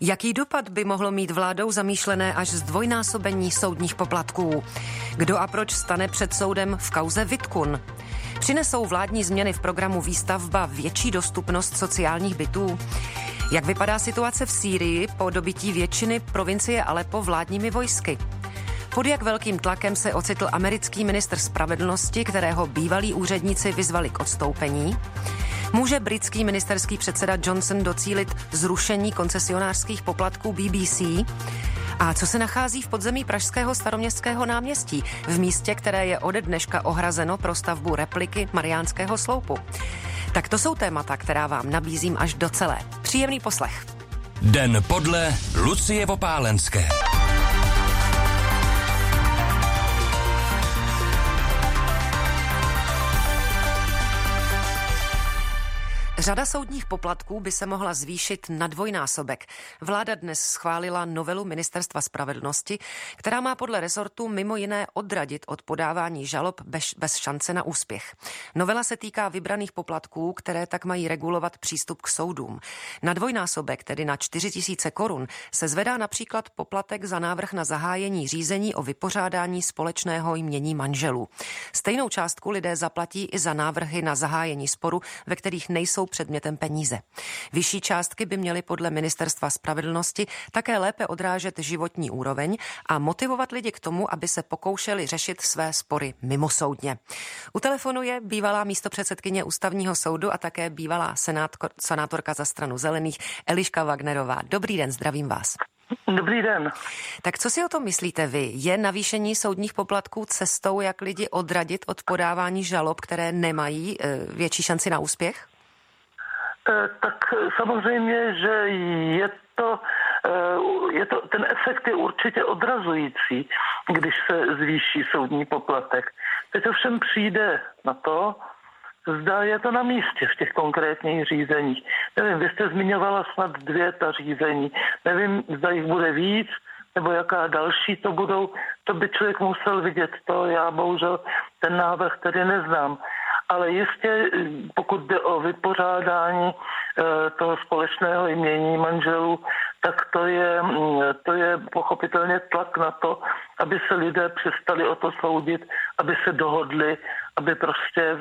Jaký dopad by mohlo mít vládou zamýšlené až zdvojnásobení soudních poplatků? Kdo a proč stane před soudem v kauze Vitkun? Přinesou vládní změny v programu Výstavba větší dostupnost sociálních bytů? Jak vypadá situace v Sýrii po dobytí většiny provincie Aleppo vládními vojsky? Pod jak velkým tlakem se ocitl americký ministr spravedlnosti, kterého bývalí úředníci vyzvali k odstoupení? Může britský ministerský předseda Johnson docílit zrušení koncesionářských poplatků BBC? A co se nachází v podzemí pražského Staroměstského náměstí, v místě, které je ode dneška ohrazeno pro stavbu repliky Mariánského sloupu? Tak to jsou témata, která vám nabízím až do celé. Příjemný poslech. Den podle Lucie Vopálenské. Řada soudních poplatků by se mohla zvýšit na dvojnásobek. Vláda dnes schválila novelu Ministerstva spravedlnosti, která má podle rezortu mimo jiné odradit od podávání žalob bez šance na úspěch. Novela se týká vybraných poplatků, které tak mají regulovat přístup k soudům. Na dvojnásobek, tedy na 4 000 korun, se zvedá například poplatek za návrh na zahájení řízení o vypořádání společného jmění manželů. Stejnou částku lidé zaplatí i za návrhy na zahájení sporu, ve kterých nejsou předmětem peníze. Vyšší částky by měly podle Ministerstva spravedlnosti také lépe odrážet životní úroveň a motivovat lidi k tomu, aby se pokoušeli řešit své spory mimosoudně. U telefonu je bývalá místopředsedkyně Ústavního soudu a také bývalá senátorka za stranu Zelených Eliška Wagnerová. Dobrý den, zdravím vás. Dobrý den. Tak co si o tom myslíte vy? Je navýšení soudních poplatků cestou, jak lidi odradit od podávání žalob, které nemají větší šanci na úspěch? Tak samozřejmě, že ten efekt je určitě odrazující, když se zvýší soudní poplatek. Teď ovšem přijde na to, zda je to na místě v těch konkrétních řízeních. Nevím, vy jste zmiňovala snad 2 ta řízení. Nevím, zda jich bude víc, nebo jaká další to budou. To by člověk musel vidět. To já bohužel ten návrh tedy neznám. Ale jistě, pokud jde o vypořádání toho společného jmění manželů, tak to je pochopitelně tlak na to, aby se lidé přestali o to soudit, aby se dohodli, aby prostě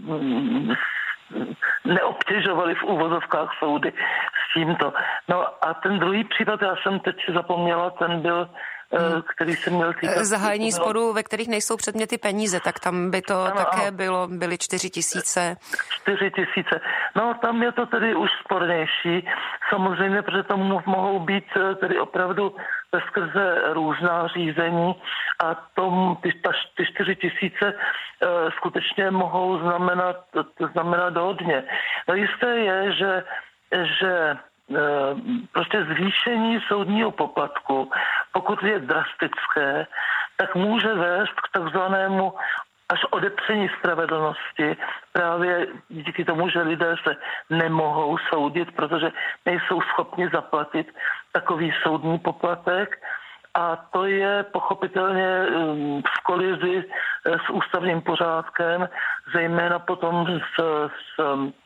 neobtěžovali v úvozovkách soudy s tímto. No a ten druhý případ, já jsem teď zapomněla, ten byl který se měl týkat... Zahájení sporů, ve kterých nejsou předměty peníze, tak tam by to také byly 4 000. 4 000. No tam je to tedy už spornější. Samozřejmě, protože tam mohou být tedy opravdu skrze různá řízení a ty 4 000 skutečně mohou znamenat hodně. No jisté je, že prostě zvýšení soudního poplatku, pokud je drastické, tak může vést k takzvanému až odepření spravedlnosti. Právě díky tomu, že lidé se nemohou soudit, protože nejsou schopni zaplatit takový soudní poplatek. A to je pochopitelně v kolizi s ústavním pořádkem, zejména potom s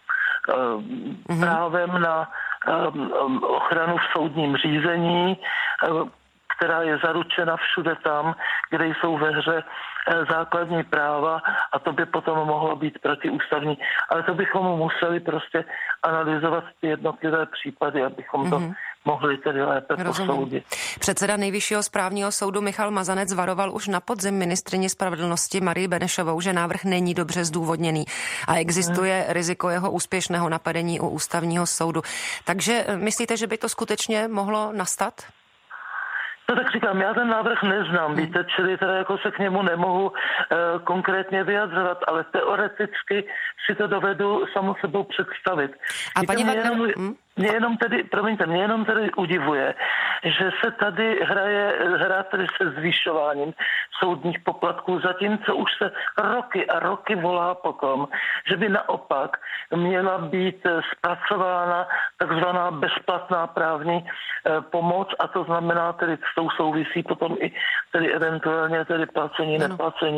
právem na ochranu v soudním řízení, která je zaručena všude tam, kde jsou ve hře základní práva a to by potom mohlo být protiústavní. Ale to bychom museli prostě analyzovat ty jednotlivé případy, abychom to mohli tedy lépe posoudit. Předseda Nejvyššího správního soudu Michal Mazanec varoval už na podzim ministryni spravedlnosti Marii Benešovou, že návrh není dobře zdůvodněný a existuje riziko jeho úspěšného napadení u Ústavního soudu. Takže myslíte, že by to skutečně mohlo nastat? No tak říkám, já ten návrh neznám, víte, čili teda jako se k němu nemohu konkrétně vyjadřovat, ale teoreticky si to dovedu samou sebou představit. A paní Wagner... Mě jenom tedy udivuje, že se tady hra tedy se zvyšováním soudních poplatků, zatímco už se roky a roky volá potom, že by naopak měla být zpracována takzvaná bezplatná právní pomoc a to znamená tedy s tou souvisí potom i tedy eventuálně tedy placení, neplacení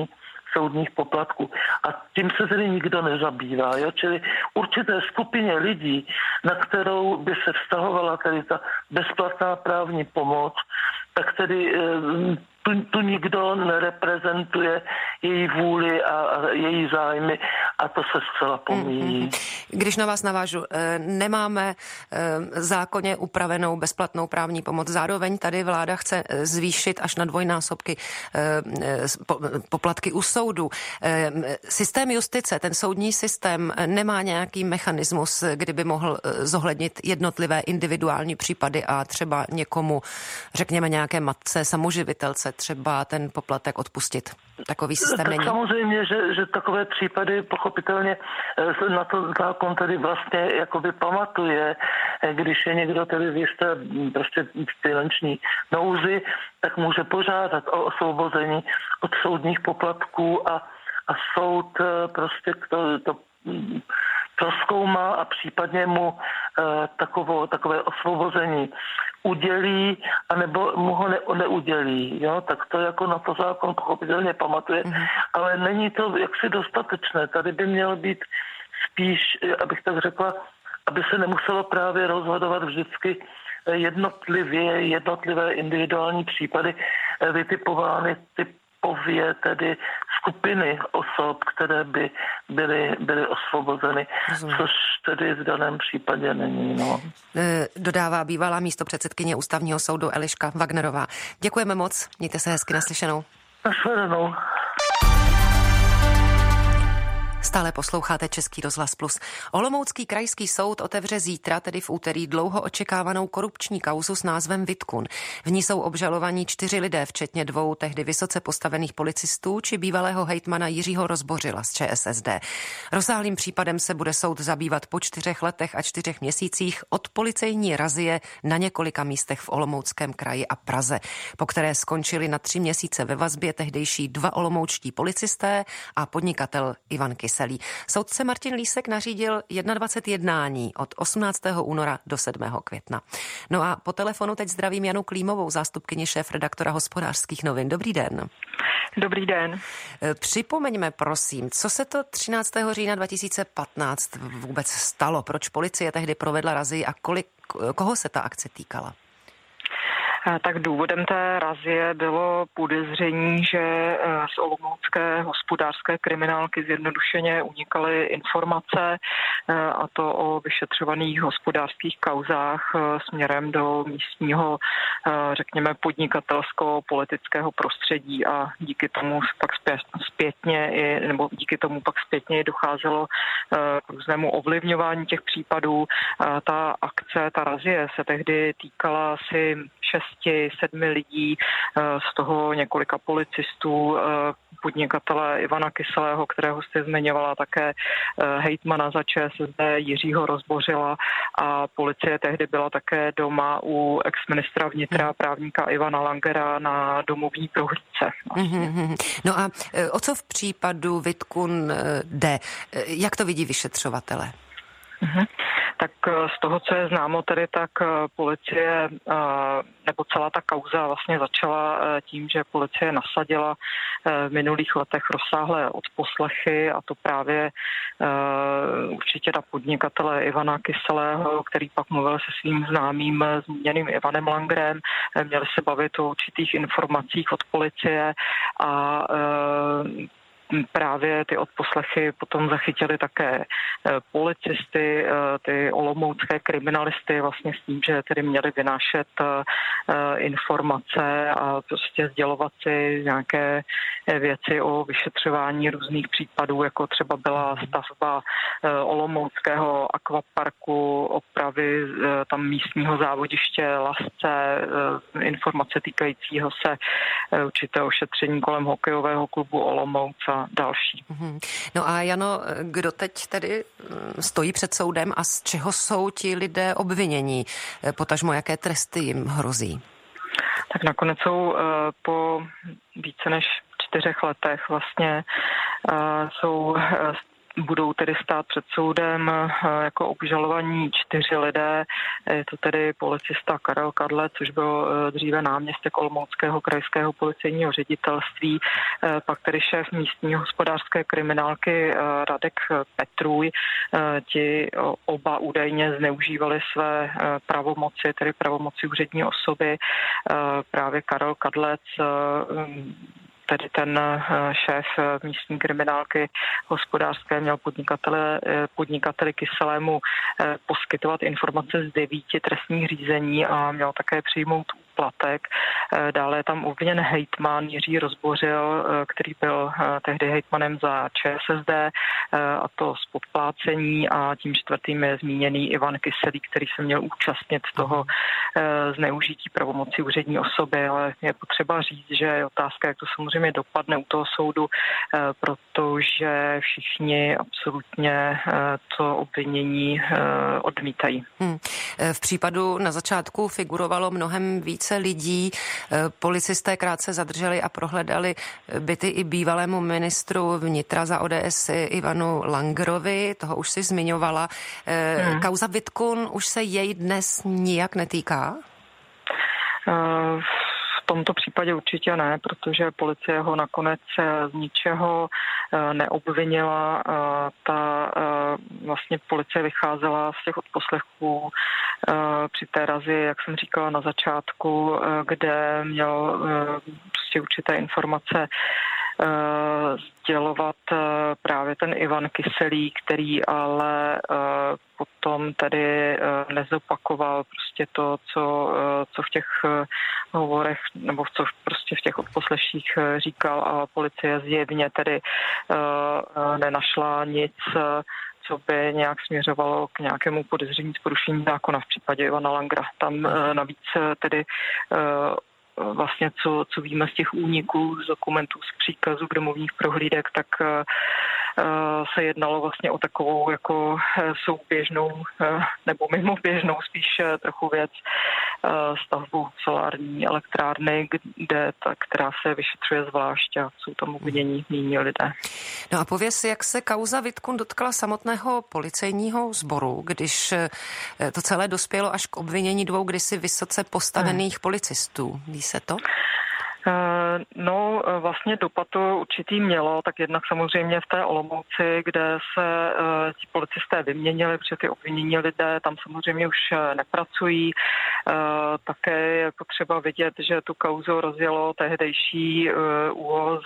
soudních poplatků. A tím se tedy nikdo nezabývá. Jo? Čili určité skupině lidí, na kterou by se vztahovala tedy ta bezplatná právní pomoc, tak tedy tu nikdo nereprezentuje její vůli a její zájmy a to se zcela pomíjí. Když na vás navážu, nemáme zákonně upravenou bezplatnou právní pomoc. Zároveň tady vláda chce zvýšit až na dvojnásobky poplatky u soudu. Systém justice, ten soudní systém nemá nějaký mechanismus, kdyby mohl zohlednit jednotlivé individuální případy a třeba někomu, řekněme nějaké matce, samoživitelce, třeba ten poplatek odpustit. Takový systém tak není. Samozřejmě, že takové případy pochopitelně na to zákon tedy vlastně jakoby pamatuje, když je někdo tedy v jisté prostě finanční nouzi, tak může požádat o osvobození od soudních poplatků a soud prostě to prozkoumá a případně mu takové osvobození udělí, anebo mu ho neudělí. Jo? Tak to jako na to zákon pochopitelně pamatuje, ale není to jaksi dostatečné. Tady by mělo být spíš, abych tak řekla, aby se nemuselo právě rozhodovat vždycky jednotlivé individuální případy vytipovány typově tedy skupiny osob, které by byly osvobozeny, což tedy v daném případě není. No. Dodává bývalá místopředsedkyně Ústavního soudu Eliška Wagnerová. Děkujeme moc, mějte se hezky, naslyšenou. Naslyšenou. Stále posloucháte Český rozhlas Plus. Olomoucký krajský soud otevře zítra, tedy v úterý, dlouho očekávanou korupční kauzu s názvem Vitkun. V ní jsou obžalovaní 4 lidé, včetně 2 tehdy vysoce postavených policistů či bývalého hejtmana Jiřího Rozbořila z ČSSD. Rozsáhlým případem se bude soud zabývat po 4 letech a 4 měsících od policejní razie na několika místech v Olomouckém kraji a Praze, po které skončili na 3 měsíce ve vazbě tehdejší 2 olomoučtí policisté a podnikatel Ivan Kyselý. Soudce Martin Lísek nařídil 21 jednání od 18. února do 7. května. No a po telefonu teď zdravím Janu Klímovou, zástupkyni šéfredaktora Hospodářských novin. Dobrý den. Dobrý den. Připomeňme prosím, co se to 13. října 2015 vůbec stalo? Proč policie tehdy provedla razii a koho se ta akce týkala? Tak důvodem té razie bylo podezření, že z olomoucké hospodářské kriminálky zjednodušeně unikaly informace, a to o vyšetřovaných hospodářských kauzách směrem do místního, řekněme, podnikatelsko-politického prostředí a díky tomu pak zpětně docházelo k různému ovlivňování těch případů. Ta akce, ta razie se tehdy týkala asi 6-7 lidí, z toho několika policistů, podnikatele Ivana Kyselého, kterého jste zmiňovala, také hejtmana za ČSSD Jiřího Rozbořila, a policie tehdy byla také doma u exministra vnitra právníka Ivana Langera na domovní prohlídce. No a o co v případu Vitkun jde? Jak to vidí vyšetřovatele? Tak z toho, co je známo tedy, tak policie, nebo celá ta kauza vlastně začala tím, že policie nasadila v minulých letech rozsáhlé odposlechy, a to právě určitě na podnikatele Ivana Kyselého, který pak mluvil se svým známým zmíněným Ivanem Langerem. Měli se bavit o určitých informacích od policie a právě ty odposlechy potom zachytili také policisty, ty olomoucké kriminalisty, vlastně s tím, že tedy měli vynášet informace a prostě sdělovat si nějaké věci o vyšetřování různých případů, jako třeba byla stavba olomouckého akvaparku, opravy tam místního závodiště Lasce, informace týkajícího se určitého šetření kolem hokejového klubu Olomouc a další. No a Jano, kdo teď tedy stojí před soudem a z čeho jsou ti lidé obvinění? Potažmo, jaké tresty jim hrozí? Tak nakonec jsou po více než 4 letech vlastně jsou budou tedy stát před soudem jako obžalovaní 4 lidé. Je to tedy policista Karel Kadlec, což byl dříve náměstek Olomouckého krajského policejního ředitelství, pak tedy šéf místní hospodářské kriminálky Radek Petrůj. Ti oba údajně zneužívali své pravomoci, tedy pravomoci úřední osoby. Právě Karel Kadlec, tedy ten šéf místní kriminálky hospodářské, měl podnikateli Kyselému poskytovat informace z 9 trestních řízení a měl také přijmout úplatek. Dále je tam obviněn hejtman Jiří Rozbořil, který byl tehdy hejtmanem za ČSSD, a to z podplácení, a tím 4. je zmíněný Ivan Kyselý, který se měl účastnit toho zneužití pravomoci úřední osoby, ale je potřeba říct, že je otázka, jak to samozřejmě dopadne u toho soudu, protože všichni absolutně to obvinění odmítají. V případu na začátku figurovalo mnohem více lidí. Policisté krátce zadrželi a prohledali byty i bývalému ministru vnitra za ODS Ivanu Langerovi, toho už si zmiňovala. Kauza Vitkun už se jej dnes nijak netýká? V tomto případě určitě ne, protože policie ho nakonec z ničeho neobvinila. Vlastně policie vycházela z těch odposlechů při té razii, jak jsem říkala na začátku, kde měl prostě určité informace sdělovat právě ten Ivan Kyselý, který ale potom tedy nezopakoval prostě to, co v těch hovorech nebo co prostě v těch odposleších říkal, a policie zjevně tedy nenašla nic, co by nějak směřovalo k nějakému podezření z porušení zákona v případě Ivana Langera. Tam navíc tedy vlastně, co víme z těch úniků, z dokumentů, z příkazů k domovních prohlídek, tak se jednalo vlastně o takovou jako souběžnou nebo mimoběžnou spíš trochu věc, stavbu solární elektrárny, která se vyšetřuje zvlášť, a jsou tam obvinění jiní lidé. No a pověz, jak se kauza Vitkun dotkla samotného policejního sboru, když to celé dospělo až k obvinění 2 kdysi vysoce postavených policistů. Ví se to? No, vlastně dopad to určitý mělo, tak jednak samozřejmě v té Olomouci, kde se ti policisté vyměnili, protože ty obvinění lidé tam samozřejmě už nepracují. Také je potřeba vidět, že tu kauzu rozjelo tehdejší ÚOZ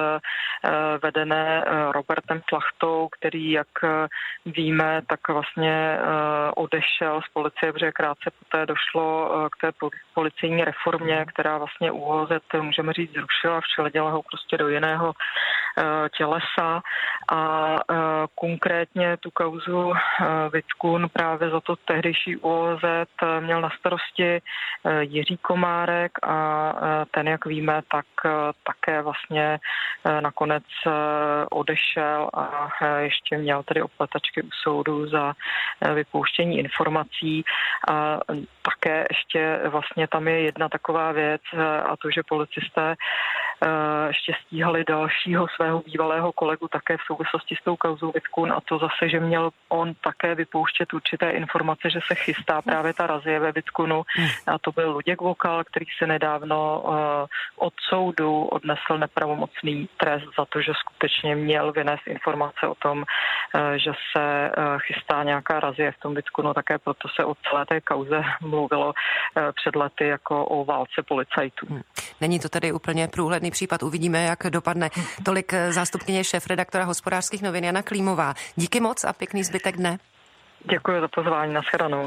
vedené Robertem Šlachtou, který, jak víme, tak vlastně odešel z policie, protože krátce poté došlo k té policejní reformě, která vlastně ÚOZ, můžeme říct, zrušila, včeledila ho prostě do jiného tělesa, a konkrétně tu kauzu Vitkun právě za to tehdejší ÚOZ měl na starosti Jiří Komárek, a ten, jak víme, tak také vlastně nakonec odešel a ještě měl tedy opletačky u soudu za vypouštění informací. A také ještě vlastně tam je jedna taková věc, a to, že policisté ještě stíhali dalšího svého bývalého kolegu také v souvislosti s tou kauzou Vitkun, a to zase, že měl on také vypouštět určité informace, že se chystá právě ta razie ve Vitkunu, a to byl Luděk Vokal, který se nedávno od soudu odnesl nepravomocný trest za to, že skutečně měl vynést informace o tom, že se chystá nějaká razie v tom Vitkunu, také proto se o celé té kauze mluvilo před lety jako o válce policajtů. Není to tedy úplně průhledný případ, uvidíme, jak dopadne. Tolik zástupkyně šéfredaktora Hospodářských novin Jana Klímová. Díky moc a pěkný zbytek dne. Děkuji za pozvání, nashledanou.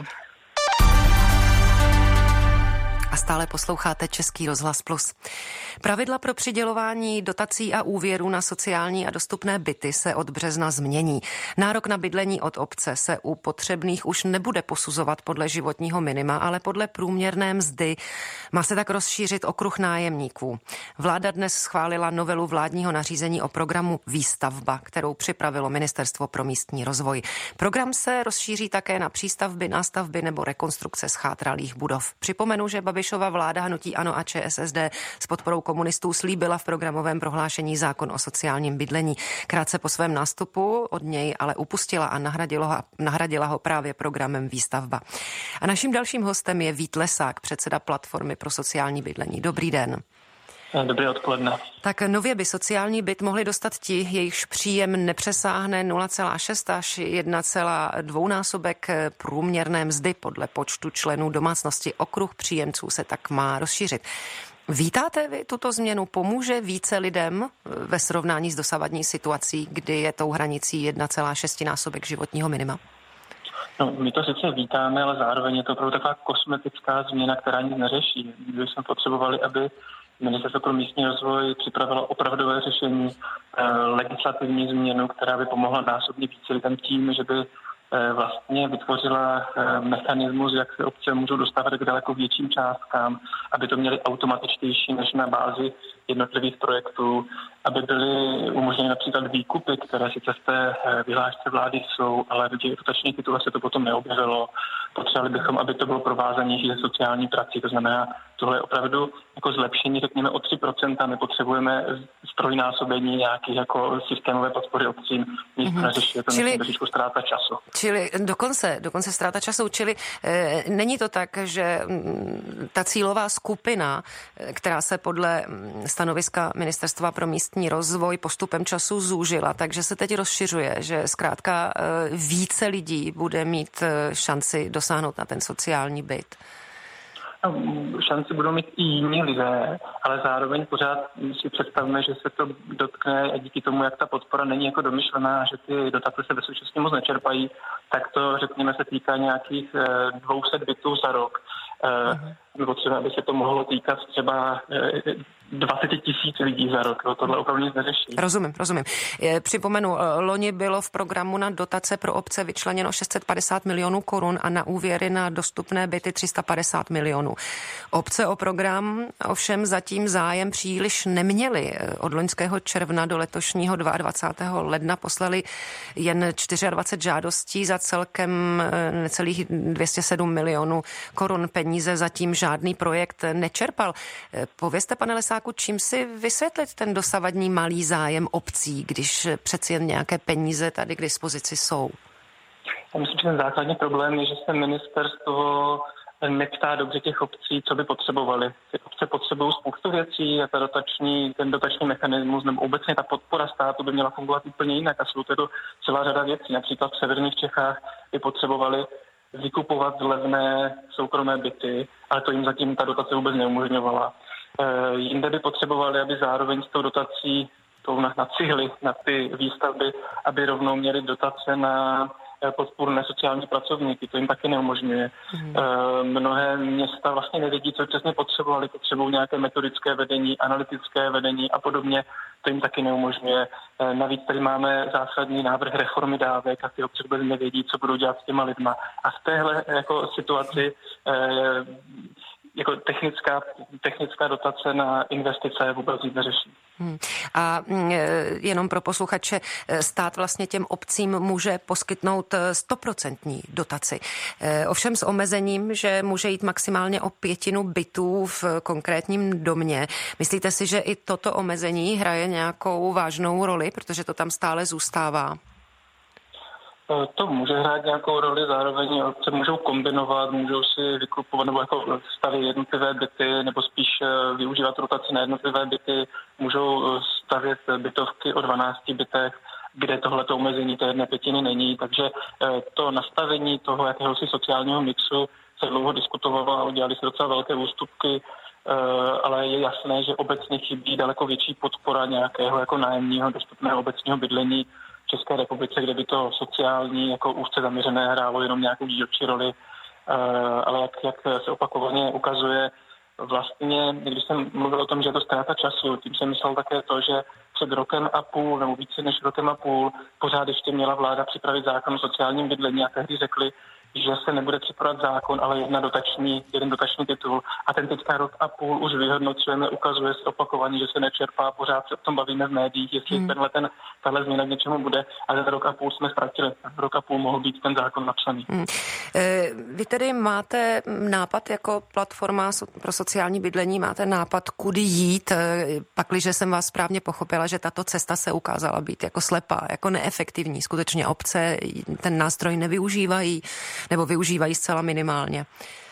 A stále posloucháte Český rozhlas Plus. Pravidla pro přidělování dotací a úvěrů na sociální a dostupné byty se od března změní. Nárok na bydlení od obce se u potřebných už nebude posuzovat podle životního minima, ale podle průměrné mzdy. Má se tak rozšířit okruh nájemníků. Vláda dnes schválila novelu vládního nařízení o programu Výstavba, kterou připravilo Ministerstvo pro místní rozvoj. Program se rozšíří také na přístavby, nástavby nebo rekonstrukce schátralých budov. Připomenu, že Babiš Babišova vláda hnutí ANO a ČSSD s podporou komunistů slíbila v programovém prohlášení zákon o sociálním bydlení. Krátce po svém nástupu od něj ale upustila a nahradila ho právě programem Výstavba. A naším dalším hostem je Vít Lesák, předseda Platformy pro sociální bydlení. Dobrý den. Dobré odpoledne. Tak nově by sociální byt mohli dostat ti, jejichž příjem nepřesáhne 0,6 až 1,2 násobek průměrné mzdy podle počtu členů domácnosti. Okruh příjemců se tak má rozšířit. Vítáte vy tuto změnu? Pomůže více lidem ve srovnání s dosavadní situací, kdy je tou hranicí 1,6 násobek životního minima? No, my to sice vítáme, ale zároveň je to opravdu taková kosmetická změna, která nic neřeší. My jsme potřebovali, aby Ministerstvo pro místní rozvoj připravilo opravdové řešení, legislativní změnu, která by pomohla násobně více lidem tím, že by vlastně vytvořila mechanismus, jak se obce můžou dostávat k daleko větším částkám, aby to měly automatičtější než na bázi jednotlivých projektů, aby byly umožněny například výkupy, které sice v té vyhlášce vlády jsou, ale v těch dotačních titulech se to potom neobjevilo. Potřebovali bychom, aby to bylo provázanější se sociální prací, to znamená, tohle je opravdu jako zlepšení, řekněme o 3%, my potřebujeme ztrojnásobení nějakých jako systémové podpory obcím, nic neřeší, je to trošičku ztráta času. Čili dokonce ztráta času, čili není to tak, že ta cílová skupina, která se podle stanoviska Ministerstva pro místní rozvoj postupem času zúžila, takže se teď rozšiřuje, že zkrátka více lidí bude mít šanci dosáhnout na ten sociální byt. Šanci budou mít i jiní lidé, ale zároveň pořád si představíme, že se to dotkne a díky tomu, jak ta podpora není jako domyšlená, že ty dotace se ve současnosti moc nečerpají, tak to, řekněme, se týká nějakých 200 bytů za rok. Nebo třeba, aby se to mohlo týkat třeba 20 000 lidí za rok. Tohle opravdu nic neřeší. Rozumím. Připomenu, loni bylo v programu na dotace pro obce vyčleněno 650 milionů korun a na úvěry na dostupné byty 350 milionů. Obce o program ovšem zatím zájem příliš neměly. Od loňského června do letošního 22. ledna poslali jen 24 žádostí za celkem necelých 207 milionů korun. Peníze zatím žádný projekt nečerpal. Povězte, pane Lesáku, čím si vysvětlit ten dosavadní malý zájem obcí, když přeci jen nějaké peníze tady k dispozici jsou? Já myslím, že ten základní problém je, že se ministerstvo neptá dobře těch obcí, co by potřebovali. Ty obce potřebují spoustu věcí a ten dotační mechanismus nebo obecně ta podpora státu by měla fungovat úplně jinak a jsou to celá řada věcí. Například v severních Čechách by potřebovali vykupovat levné soukromé byty, ale to jim zatím ta dotace vůbec neumožňovala. Jinde by potřebovali, aby zároveň s tou dotací na cihly, na ty výstavby, aby rovnou měli dotace na podpůrné sociální pracovníky. To jim taky neumožňuje. Mnohé města vlastně nevědí, co přesně potřebovali. Potřebují nějaké metodické vedení, analytické vedení a podobně. To jim taky neumožňuje. Navíc tady máme zásadní návrh reformy dávek a ty obce vůbec nevědí, co budou dělat s těma lidma. A v téhle jako situaci jako technická dotace na investice vůbec nic neřeší. A jenom pro posluchače, stát vlastně těm obcím může poskytnout 100% dotaci. Ovšem s omezením, že může jít maximálně o 1/5 bytů v konkrétním domě. Myslíte si, že i toto omezení hraje nějakou vážnou roli, protože to tam stále zůstává? To může hrát nějakou roli, zároveň se můžou kombinovat, můžou si vykupovat nebo jako stavět jednotlivé byty, nebo spíš využívat rotaci na jednotlivé byty, můžou stavět bytovky o 12 bytech, kde tohleto omezení té 1/5 není, takže to nastavení toho jakéhosi sociálního mixu se dlouho diskutovalo a udělali se docela velké ústupky, ale je jasné, že obecně chybí daleko větší podpora nějakého jako nájemního dostupného obecního bydlení v České republice, kde by to sociální jako úzce zaměřené hrálo jenom nějakou dílčí roli, ale jak se opakovaně ukazuje, vlastně, když jsem mluvil o tom, že je to ztráta času, tím jsem myslel také to, že před rokem a půl, nebo více než rokem a půl, pořád ještě měla vláda připravit zákon o sociálním bydlení a tehdy řekli, že se nebude připravovat zákon, ale jeden dotační titul. A ten teďka rok a půl už vyhodnocujeme, ukazuje se opakovaně, že se nečerpá, pořád se o tom bavíme v médiích, jestli tahle změna k něčemu bude, ale za rok a půl jsme ztratili. Rok a půl mohl být ten zákon napsaný. Vy tedy máte nápad jako platforma pro sociální bydlení, máte nápad, kudy jít, pakliže jsem vás správně pochopila, že tato cesta se ukázala být jako slepá, jako neefektivní. Skutečně obce ten nástroj nevyužívají nebo využívají zcela minimálně.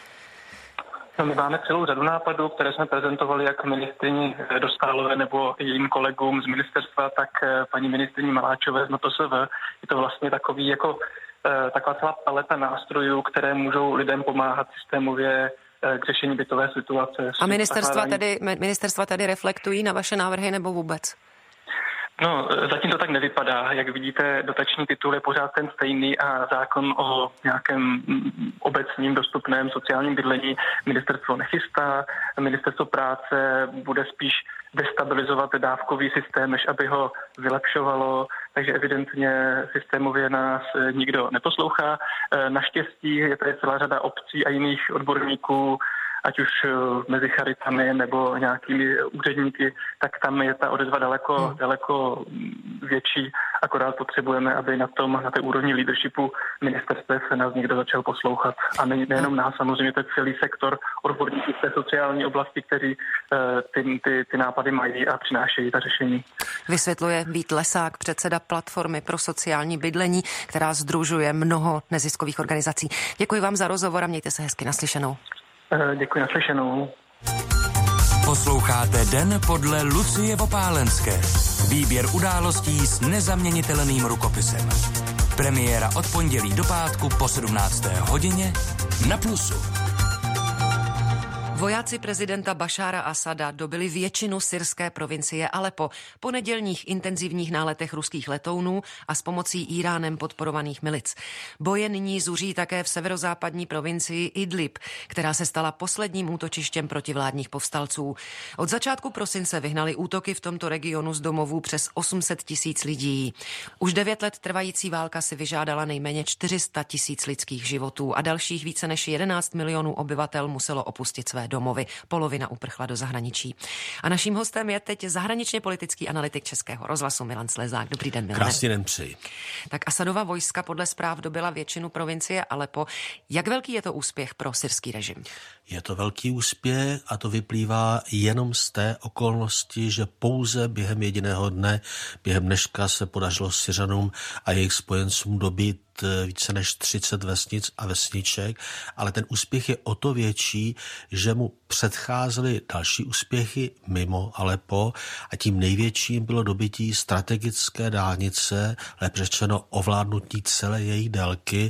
No, my máme celou řadu nápadů, které jsme prezentovali jak ministryni Dostálové nebo jejím kolegům z ministerstva, tak paní ministryni Maláčové z MPSV. Je to vlastně taková celá paleta nástrojů, které můžou lidem pomáhat systémově k řešení bytové situace. A ministerstva tedy reflektují na vaše návrhy nebo vůbec? No, zatím to tak nevypadá. Jak vidíte, dotační titul je pořád ten stejný a zákon o nějakém obecním dostupném sociálním bydlení ministerstvo nechystá. Ministerstvo práce bude spíš destabilizovat dávkový systém, než aby ho vylepšovalo, takže evidentně systémově nás nikdo neposlouchá. Naštěstí je tady celá řada obcí a jiných odborníků, ať už mezi charitami nebo nějakými úředníky, tak tam je ta odezva daleko větší. Akorát potřebujeme, aby na té úrovni leadershipu ministerstev se nás někdo začal poslouchat. A nejenom nás, samozřejmě to je celý sektor odborníků v té sociální oblasti, kteří ty nápady mají a přinášejí ta řešení. Vysvětluje Vít Lesák, předseda platformy pro sociální bydlení, která sdružuje mnoho neziskových organizací. Děkuji vám za rozhovor a mějte se hezky, naslyšenou. Děkuji, naslyšenou. Posloucháte Den podle Lucie Vopálenské. Výběr událostí s nezaměnitelným rukopisem. Premiéra od pondělí do pátku po 17. hodině na Plusu. Vojáci prezidenta Bašára Asada dobili většinu syrské provincie Alepo po nedělních intenzivních náletech ruských letounů a s pomocí Íránem podporovaných milic. Boje nyní zuří také v severozápadní provincii Idlib, která se stala posledním útočištěm protivládních povstalců. Od začátku prosince vyhnali útoky v tomto regionu z domovů přes 800 000 lidí. Už 9 let trvající válka si vyžádala nejméně 400 000 lidských životů a dalších více než 11 milionů obyvatel muselo opustit své domovy. Polovina uprchla do zahraničí. A naším hostem je teď zahraničně politický analytik Českého rozhlasu Milan Slezák. Dobrý den, Milane. Krásný den přeji. Tak Asadova vojska podle zpráv dobila většinu provincie Alepo. Jak velký je to úspěch pro syrský režim? Je to velký úspěch a to vyplývá jenom z té okolnosti, že pouze během jediného dne, během dneška se podařilo Syřanům a jejich spojencům dobít více než 30 vesnic a vesniček, ale ten úspěch je o to větší, že mu předcházely další úspěchy mimo Alepo a tím největším bylo dobytí strategické dálnice, lépe řečeno ovládnutí celé její délky.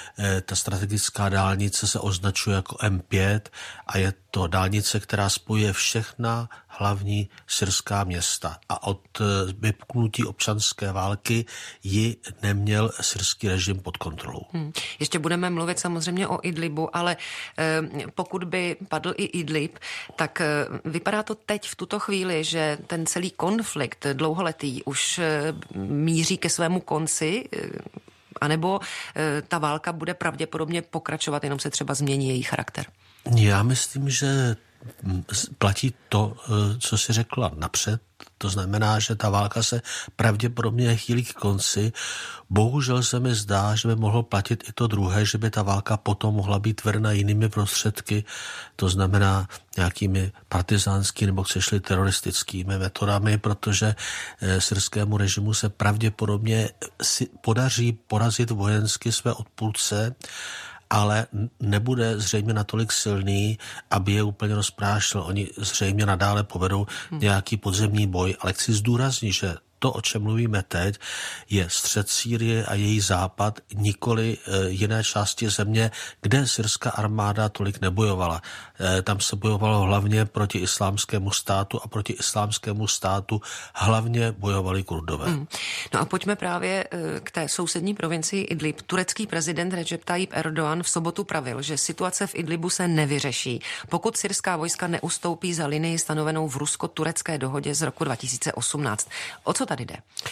Ta strategická dálnice se označuje jako M5 a je to dálnice, která spojuje všechna hlavní syrská města. A od vypuknutí občanské války ji neměl syrský režim pod kontrolou. Ještě budeme mluvit samozřejmě o Idlibu, ale pokud by padl i Idlib, tak vypadá to teď v tuto chvíli, že ten celý konflikt dlouholetý už míří ke svému konci, anebo ta válka bude pravděpodobně pokračovat, jenom se třeba změní její charakter? Já myslím, že platí to, co jsi řekla napřed. To znamená, že ta válka se pravděpodobně chýlí k konci. Bohužel se mi zdá, že by mohlo platit i to druhé, že by ta válka potom mohla být vedena jinými prostředky, to znamená nějakými partizánskými nebo chceš-li teroristickými metodami, protože syrskému režimu se pravděpodobně podaří porazit vojensky své odpůrce, ale nebude zřejmě natolik silný, aby je úplně rozprášil. Oni zřejmě nadále povedou nějaký podzemní boj, ale chci zdůraznit, že to, o čem mluvíme teď, je střed Sýrie a její západ, nikoli jiné části země, kde syrská armáda tolik nebojovala. Tam se bojovalo hlavně proti islámskému státu a proti islámskému státu hlavně bojovali Kurdové. No a pojďme právě k té sousední provincii Idlib. Turecký prezident Recep Tayyip Erdogan v sobotu pravil, že situace v Idlibu se nevyřeší, pokud syrská vojska neustoupí za linii stanovenou v rusko-turecké dohodě z roku 2018. O co tady jde?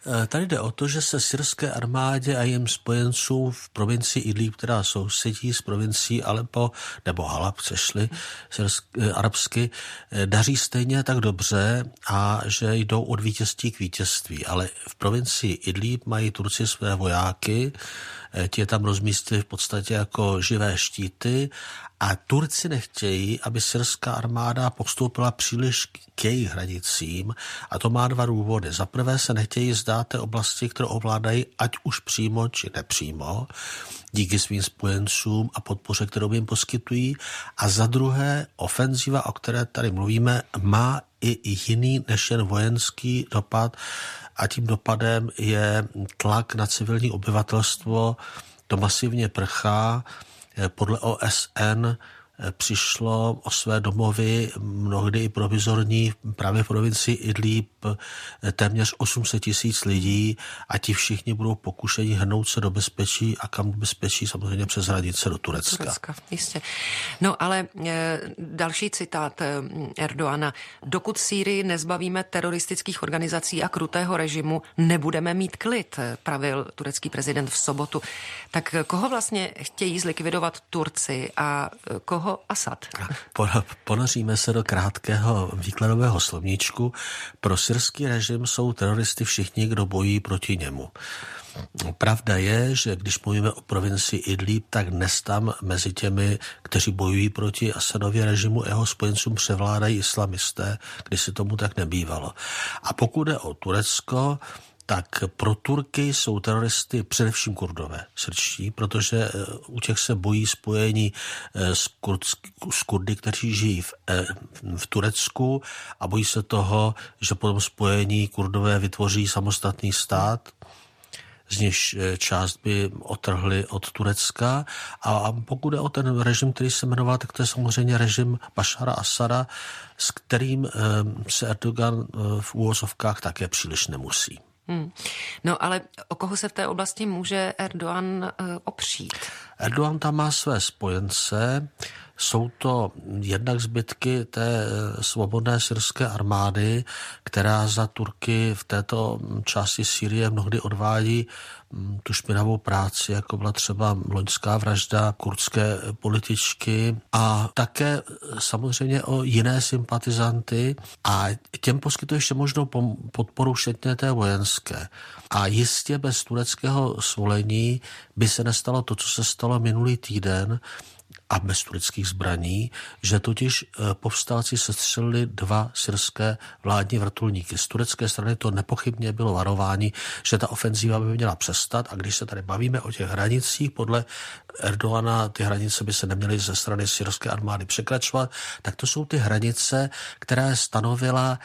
Tady jde o to, že se syrské armádě a jejím spojencům v provincii Idlíb, která sousedí s provincií Aleppo nebo Halab, chceš-li arabsky, daří stejně tak dobře a že jdou od vítězství k vítězství. Ale v provincii Idlíb mají Turci své vojáky, ti je tam rozmístili v podstatě jako živé štíty a Turci nechtějí, aby syrská armáda postoupila příliš k jejich hranicím a to má dva důvody. Za prvé se nechtějí zdát té oblasti, které ovládají, ať už přímo či nepřímo, díky svým spojencům a podpoře, kterou jim poskytují. A za druhé, ofenziva, o které tady mluvíme, má i jiný než jen vojenský dopad a tím dopadem je tlak na civilní obyvatelstvo, to masivně prchá. Podle OSN přišlo o své domovy, mnohdy i provizorní, právě v provincii Idlíb téměř 800 000 lidí a ti všichni budou pokušeni hrnout se do bezpečí a kam do bezpečí, samozřejmě přes hranice do Turecka. Jistě. No ale další citát Erdoana. Dokud Sýrii nezbavíme teroristických organizací a krutého režimu, nebudeme mít klid, pravil turecký prezident v sobotu. Tak koho vlastně chtějí zlikvidovat Turci a koho Asad? Ponoříme se do krátkého výkladového slovníčku. Pro syrský režim jsou teroristy všichni, kdo bojí proti němu. Pravda je, že když mluvíme o provincii Idlíb, tak dnes tam mezi těmi, kteří bojují proti Asadově režimu a jeho spojencům převládají islamisté, když se tomu tak nebývalo. A pokud jde o Turecko, tak pro Turky jsou teroristy především Kurdové syrští, protože u těch se bojí spojení s Kurdy, kteří žijí v Turecku a bojí se toho, že po tom spojení Kurdové vytvoří samostatný stát, z nějž část by otrhli od Turecka. A pokud je o ten režim, který se jmenoval, tak to je samozřejmě režim Bašara Asada, s kterým se Erdogan v úvozovkách také příliš nemusí. No ale o koho se v té oblasti může Erdogan opřít? Erdogan tam má své spojence, jsou to jednak zbytky té svobodné syrské armády, která za Turky v této části Sýrie mnohdy odvádí tu špinavou práci, jako byla třeba loňská vražda kurdské političky a také samozřejmě o jiné sympatizanty a těm poskytuje ještě možnou podporu včetně té vojenské. A jistě bez tureckého svolení by se nestalo to, co se stalo minulý týden, a bez tureckých zbraní, že totiž povstalci sestřelili 2 syrské vládní vrtulníky. Z turecké strany to nepochybně bylo varování, že ta ofenzíva by měla přestat a když se tady bavíme o těch hranicích, podle Erdogana ty hranice by se neměly ze strany syrské armády překračovat, tak to jsou ty hranice, které stanovila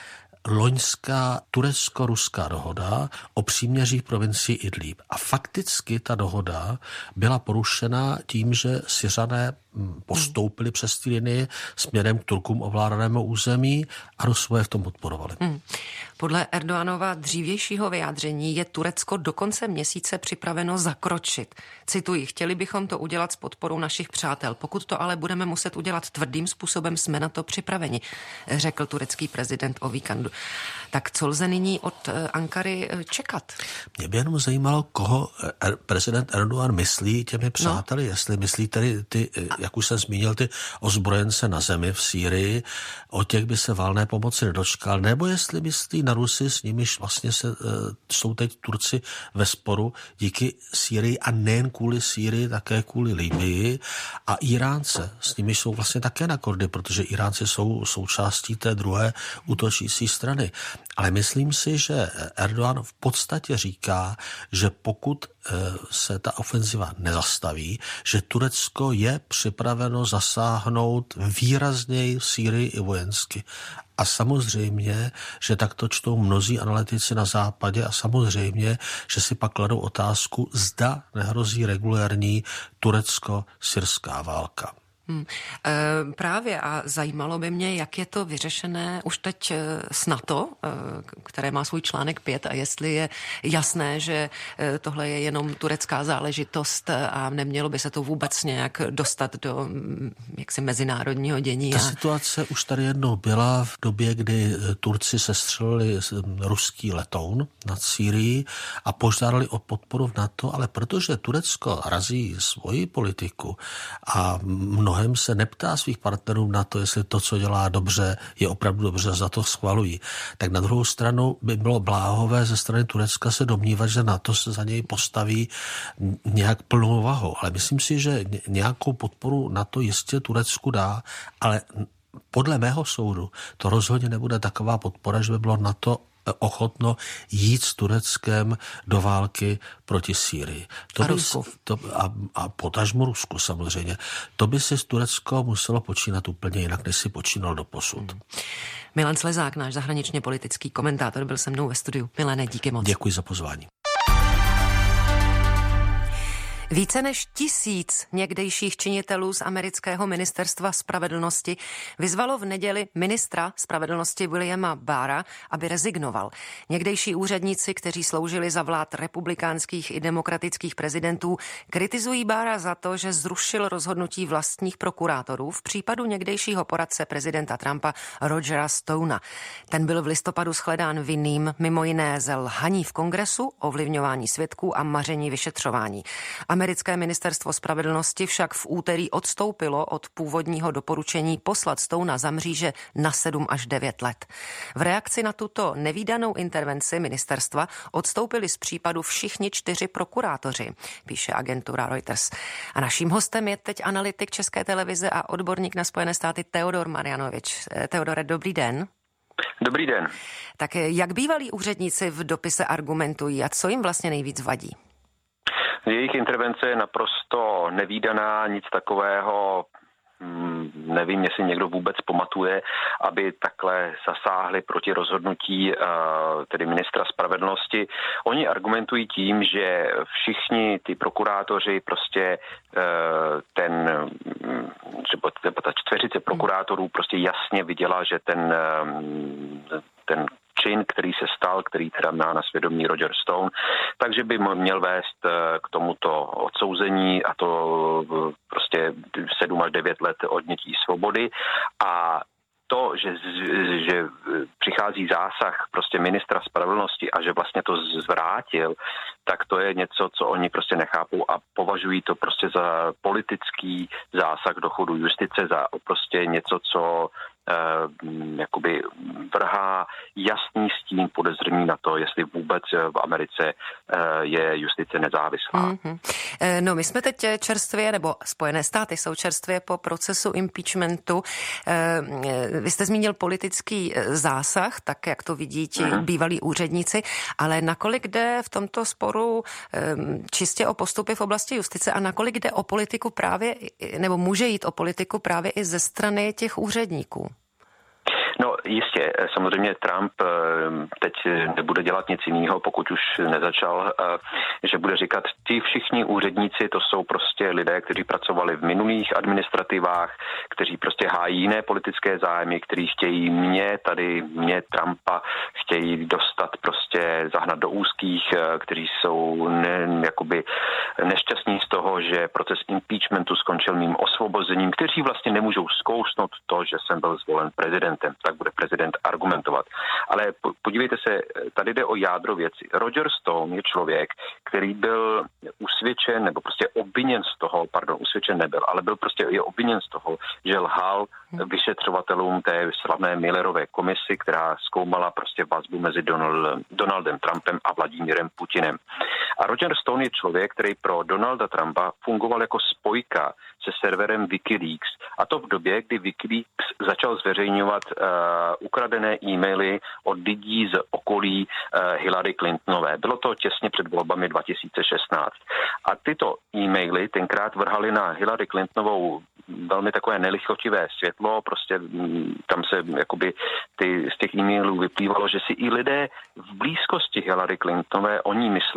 loňská turecko-ruská dohoda o příměří v provincii Idlíb. A fakticky ta dohoda byla porušena tím, že Syřané postoupili přes ty linie směrem k Turkům ovládanému území a Rusové v tom podporovali. Podle Erdoganova dřívějšího vyjádření je Turecko do konce měsíce připraveno zakročit. Cituji, chtěli bychom to udělat s podporou našich přátel. Pokud to ale budeme muset udělat tvrdým způsobem, jsme na to připraveni, řekl turecký prezident o víkendu. Tak co lze nyní od Ankary čekat? Mě by jenom zajímalo, koho prezident Erdogan myslí těmi přáteli, jestli myslí tedy ty, jak už jsem zmínil, ty ozbrojence na zemi v Sýrii, o těch by se valné pomoci nedočkal, nebo jestli myslí na Rusy, s nimiž vlastně jsou teď Turci ve sporu díky Sýrii a nejen kvůli Sýrii, také kvůli Libyi a Iránce, s nimi jsou vlastně také na kordy, protože Iránci jsou součástí té druhé útočící strany. Ale myslím si, že Erdogan v podstatě říká, že pokud se ta ofenziva nezastaví, že Turecko je připraveno zasáhnout výrazněji v Sýrii i vojensky. A samozřejmě, že tak to čtou mnozí analytici na západě a samozřejmě, že si pak kladou otázku, zda nehrozí regulérní turecko-syrská válka. Právě a zajímalo by mě, jak je to vyřešené už teď s NATO, které má svůj článek 5 a jestli je jasné, že tohle je jenom turecká záležitost a nemělo by se to vůbec nějak dostat do jaksi mezinárodního dění. Ta situace už tady jednou byla v době, kdy Turci sestřelili ruský letoun nad Sýrií a požádali o podporu v NATO, ale protože Turecko razí svoji politiku a mnohem se neptá svých partnerů na to, jestli to, co dělá dobře, je opravdu dobře, za to schvalují. Tak na druhou stranu by bylo bláhové ze strany Turecka se domnívat, že NATO se za něj postaví nějak plnou vahou. Ale myslím si, že nějakou podporu NATO jistě Turecku dá, ale podle mého soudu to rozhodně nebude taková podpora, že by bylo NATO ochotno jít s Tureckem do války proti Sýrii. A potažmo Rusku samozřejmě. To by si Turecko muselo počínat úplně jinak, než si počínal doposud. Milan Slezák, náš zahraničně politický komentátor, byl se mnou ve studiu. Milane, díky moc. Děkuji za pozvání. Více než 1000 někdejších činitelů z amerického ministerstva spravedlnosti vyzvalo v neděli ministra spravedlnosti Williama Barra, aby rezignoval. Někdejší úředníci, kteří sloužili za vlád republikánských i demokratických prezidentů, kritizují Barra za to, že zrušil rozhodnutí vlastních prokurátorů v případu někdejšího poradce prezidenta Trumpa Rogera Stonea. Ten byl v listopadu shledán vinným mimo jiné ze lhaní v Kongresu, ovlivňování svědků a maření vyšetřování. Americké ministerstvo spravedlnosti však v úterý odstoupilo od původního doporučení poslat Stonea za mříže na 7 až 9 let. V reakci na tuto nevídanou intervenci ministerstva odstoupili z případu všichni 4 prokurátoři, píše agentura Reuters. A naším hostem je teď analytik České televize a odborník na Spojené státy Teodor Marjanovič. Teodore, dobrý den. Dobrý den. Tak jak bývalí úředníci v dopise argumentují a co jim vlastně nejvíc vadí? Jejich intervence je naprosto nevídaná, nic takového, nevím, jestli někdo vůbec pamatuje, aby takhle zasáhli proti rozhodnutí tedy ministra spravedlnosti. Oni argumentují tím, že všichni ty prokurátoři prostě ta čtveřice prokurátorů prostě jasně viděla, že ten čin, který se stal, který teda má na svědomí Roger Stone, takže by měl vést k tomuto odsouzení a to prostě 7 až 9 let odnětí svobody. A to, že přichází zásah prostě ministra spravedlnosti a že vlastně to zvrátil, tak to je něco, co oni prostě nechápou a považují to prostě za politický zásah do chodu justice, za prostě něco, co jakoby vrhá jasný stín podezření na to, jestli vůbec v Americe je justice nezávislá. Mm-hmm. No, my jsme teď čerstvě, nebo Spojené státy jsou čerstvě po procesu impeachmentu. Vy jste zmínil politický zásah, tak jak to vidí ti bývalí úředníci, ale nakolik jde v tomto sporu čistě o postupy v oblasti justice a nakolik jde o politiku právě, nebo může jít o politiku právě i ze strany těch úředníků? No jistě, samozřejmě Trump teď nebude dělat nic jiného, pokud už nezačal, že bude říkat, ti všichni úředníci, to jsou prostě lidé, kteří pracovali v minulých administrativách, kteří prostě hájí jiné politické zájmy, kteří chtějí mě Trumpa, chtějí dostat prostě, zahnat do úzkých, kteří jsou jakoby nešťastní z toho, že proces impeachmentu skončil mým osvobozením, kteří vlastně nemůžou zkousnout to, že jsem byl zvolen prezidentem. Tak bude prezident argumentovat. Ale podívejte se, tady jde o jádro věci. Roger Stone je člověk, který byl usvědčen, nebo prostě obviněn z toho, usvědčen nebyl, ale byl prostě je obviněn z toho, že lhal vyšetřovatelům té slavné Millerové komisi, která zkoumala prostě vazbu mezi Donaldem Trumpem a Vladimírem Putinem. A Roger Stone je člověk, který pro Donalda Trumpa fungoval jako spojka se serverem Wikileaks. A to v době, kdy Wikileaks začal zveřejňovat ukradené e-maily od lidí z okolí Hillary Clintonové. Bylo to těsně před volbami 2016. A tyto e-maily tenkrát vrhaly na Hillary Clintonovou velmi takové nelichotivé světlo, prostě tam se jakoby z těch e-mailů vyplývalo, že si i lidé v blízkosti Hillary Clintonové, oni myslí,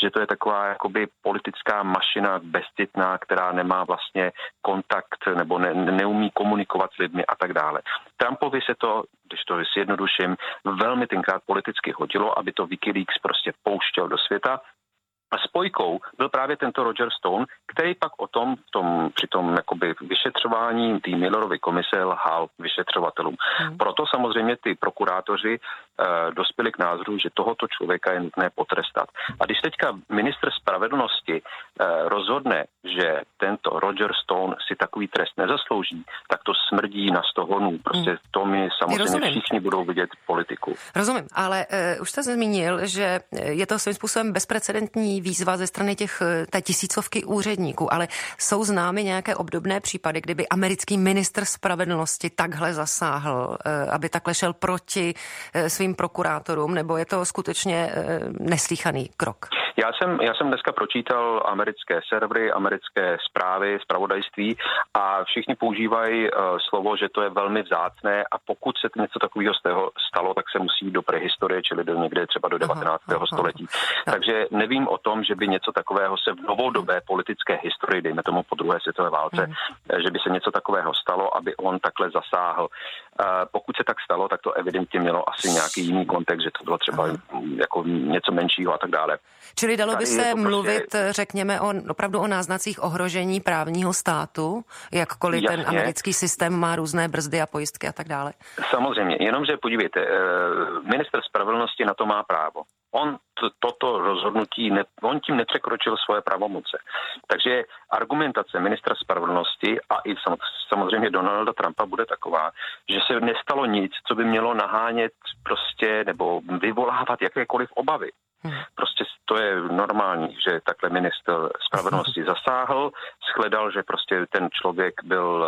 že to je taková jakoby politická mašina bezcitná, která nemá vlastně kontakt nebo neumí komunikovat s lidmi a tak dále. Trumpovi se to, když to zjednoduším, velmi tenkrát politicky hodilo, aby to Wikileaks prostě pouštěl do světa. A spojkou byl právě tento Roger Stone, který pak o tom při tom jakoby vyšetřování té Millerovy komise lhal vyšetřovatelům. Proto samozřejmě ty prokurátoři dospěli k názoru, že tohoto člověka je nutné potrestat. A když teďka ministr spravedlnosti rozhodne, že tento Roger Stone si takový trest nezaslouží, tak to smrdí na 100 honů. Prostě to mi samozřejmě všichni budou vidět politiku. Rozumím, ale už jste zmínil, že je to svým způsobem bezprecedentní výzva ze strany té tisícovky úředníků, ale jsou známy nějaké obdobné případy, kdyby americký ministr spravedlnosti takhle zasáhl, aby takhle šel proti svým prokurátorům, nebo je to skutečně neslýchaný krok? Já jsem dneska pročítal americké servery, americké zprávy, zpravodajství a všichni používají slovo, že to je velmi vzácné a pokud se něco takového stalo, tak se musí do prehistorie, čili do někde třeba do 19. století. Takže nevím o tom, že by něco takového se v novodobé politické historii, dejme tomu po druhé světové válce, že by se něco takového stalo, aby on takhle zasáhl. Pokud se tak stalo, tak to evidentně mělo asi nějaký jiný kontext, že to bylo třeba jako něco menšího a tak dále. Čili dalo by se mluvit, řekněme, opravdu o náznacích ohrožení právního státu, jakkoliv ten americký systém má různé brzdy a pojistky a tak dále? Samozřejmě, jenomže podívejte, ministr spravedlnosti na to má právo. On toto rozhodnutí, on tím nepřekročil svoje pravomoce. Takže argumentace ministra spravedlnosti a i samozřejmě Donalda Trumpa bude taková, že se nestalo nic, co by mělo nahánět prostě nebo vyvolávat jakékoliv obavy. Prostě to je normální, že takhle ministr spravedlnosti zasáhl, shledal, že prostě ten člověk byl